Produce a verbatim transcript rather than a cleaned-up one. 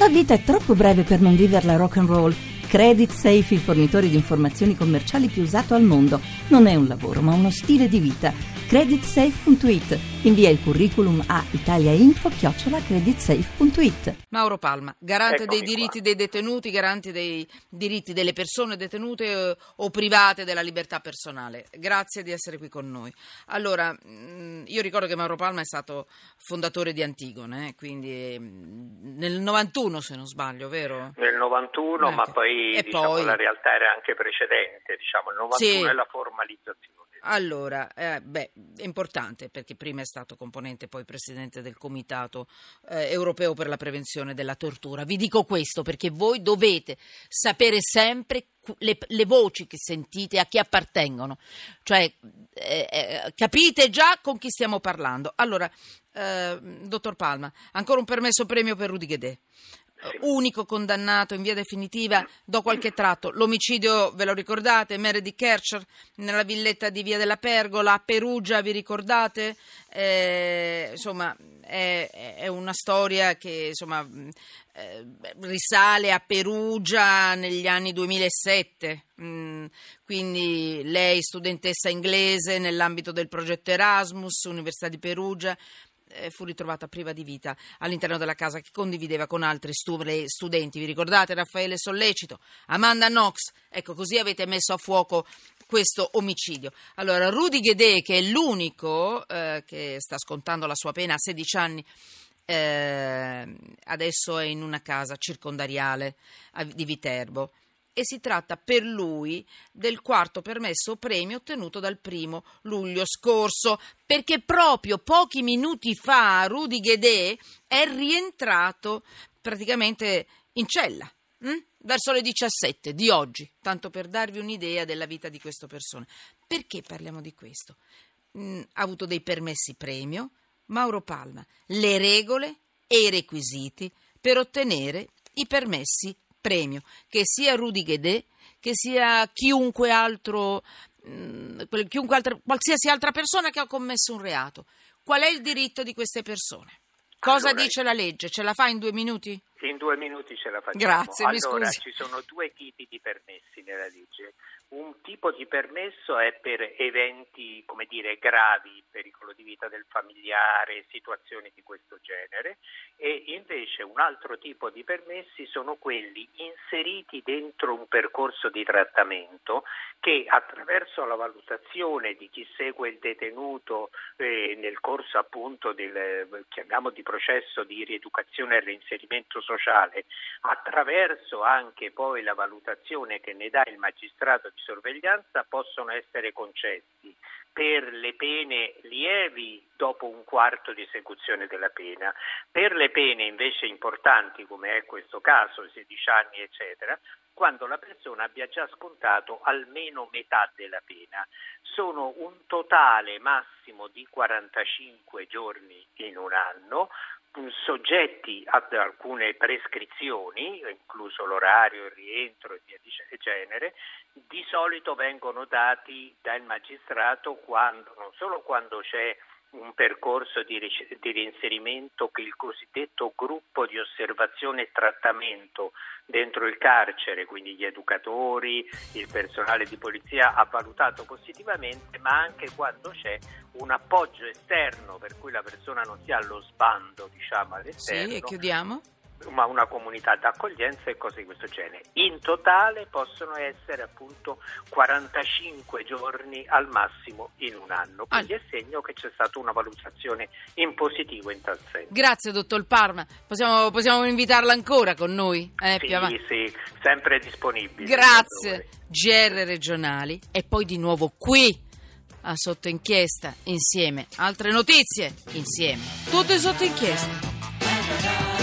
tua vita è troppo breve per non viverla rock and roll. Credit Safe, il fornitore di informazioni commerciali più usato al mondo. Non è un lavoro, ma uno stile di vita. credit safe punto it. Invia il curriculum a italiainfo chiocciola creditsafe punto it. Mauro Palma, garante Eccomi dei diritti qua. dei detenuti, garante dei diritti delle persone detenute eh, o private della libertà personale. Grazie di essere qui con noi. Allora, mh, io ricordo che Mauro Palma è stato fondatore di Antigone, eh, quindi mh, nel novantuno, se non sbaglio, vero? Nel novantuno, Ecco. ma poi, E diciamo, poi? la realtà era anche precedente, diciamo, il novantuno Sì. è la formalizzazione. Allora, eh, beh, è importante perché prima è stato componente, poi presidente del Comitato eh, Europeo per la Prevenzione della Tortura. Vi dico questo perché voi dovete sapere sempre le, le voci che sentite, a chi appartengono. Cioè, eh, eh, capite già con chi stiamo parlando. Allora, eh, dottor Palma, ancora un permesso premio per Rudy Guedè. Sì. Unico condannato in via definitiva, do qualche tratto, l'omicidio, ve lo ricordate, Meredith Kercher nella villetta di via della Pergola a Perugia, vi ricordate? Eh, insomma è, è una storia che insomma eh, risale a Perugia negli anni duemilasette, mm, quindi lei studentessa inglese nell'ambito del progetto Erasmus, Università di Perugia, fu ritrovata priva di vita all'interno della casa che condivideva con altri studenti. Vi ricordate Raffaele Sollecito, Amanda Knox? Ecco, così avete messo a fuoco questo omicidio. Allora, Rudy Guedè, che è l'unico eh, che sta scontando la sua pena a sedici anni, eh, adesso è in una casa circondariale di Viterbo. E si tratta per lui del quarto permesso premio ottenuto dal primo luglio scorso, perché proprio pochi minuti fa Rudy Guedè è rientrato praticamente in cella, hm? verso le diciassette di oggi, tanto per darvi un'idea della vita di questa persona. Perché parliamo di questo? Mm, ha avuto dei permessi premio. Mauro Palma, le regole e i requisiti per ottenere i permessi premio, che sia Rudy Guedè, che sia chiunque altro, mh, chiunque altra, qualsiasi altra persona che ha commesso un reato. Qual è il diritto di queste persone? Cosa Allora, dice la legge? Ce la fa in due minuti? In due minuti ce la facciamo. Grazie, mi allora, scusi. ci sono due tipi di permessi nella legge. Un tipo di permesso è per eventi, come dire, gravi, pericolo di vita del familiare, situazioni di questo genere, e invece un altro tipo di permessi sono quelli inseriti dentro un percorso di trattamento che, attraverso la valutazione di chi segue il detenuto eh, nel corso appunto del, chiamiamo di processo di rieducazione e reinserimento sociale, attraverso anche poi la valutazione che ne dà il magistrato di sorveglianza, possono essere concessi per le pene lievi dopo un quarto di esecuzione della pena. Per le pene invece importanti, come è questo caso, sedici anni eccetera, quando la persona abbia già scontato almeno metà della pena. Sono un totale massimo di quarantacinque giorni in un anno, soggetti ad alcune prescrizioni, incluso l'orario, il rientro e via di genere. Di solito vengono dati dal magistrato quando, non solo quando c'è un percorso di, di reinserimento che il cosiddetto gruppo di osservazione e trattamento dentro il carcere, quindi gli educatori, il personale di polizia ha valutato positivamente, ma anche quando c'è un appoggio esterno per cui la persona non sia allo sbando, diciamo, all'esterno. Sì, e chiudiamo? Ma una comunità d'accoglienza e cose di questo genere. In totale possono essere appunto quarantacinque giorni al massimo in un anno, quindi All... è segno che c'è stata una valutazione in positivo in tal senso. Grazie dottor Palma, possiamo, possiamo invitarla ancora con noi? Eh, sì, più avanti. sì, sempre disponibile. Grazie. G R regionali e poi di nuovo qui a Sotto Inchiesta insieme. Altre notizie insieme. Tutte sotto inchiesta.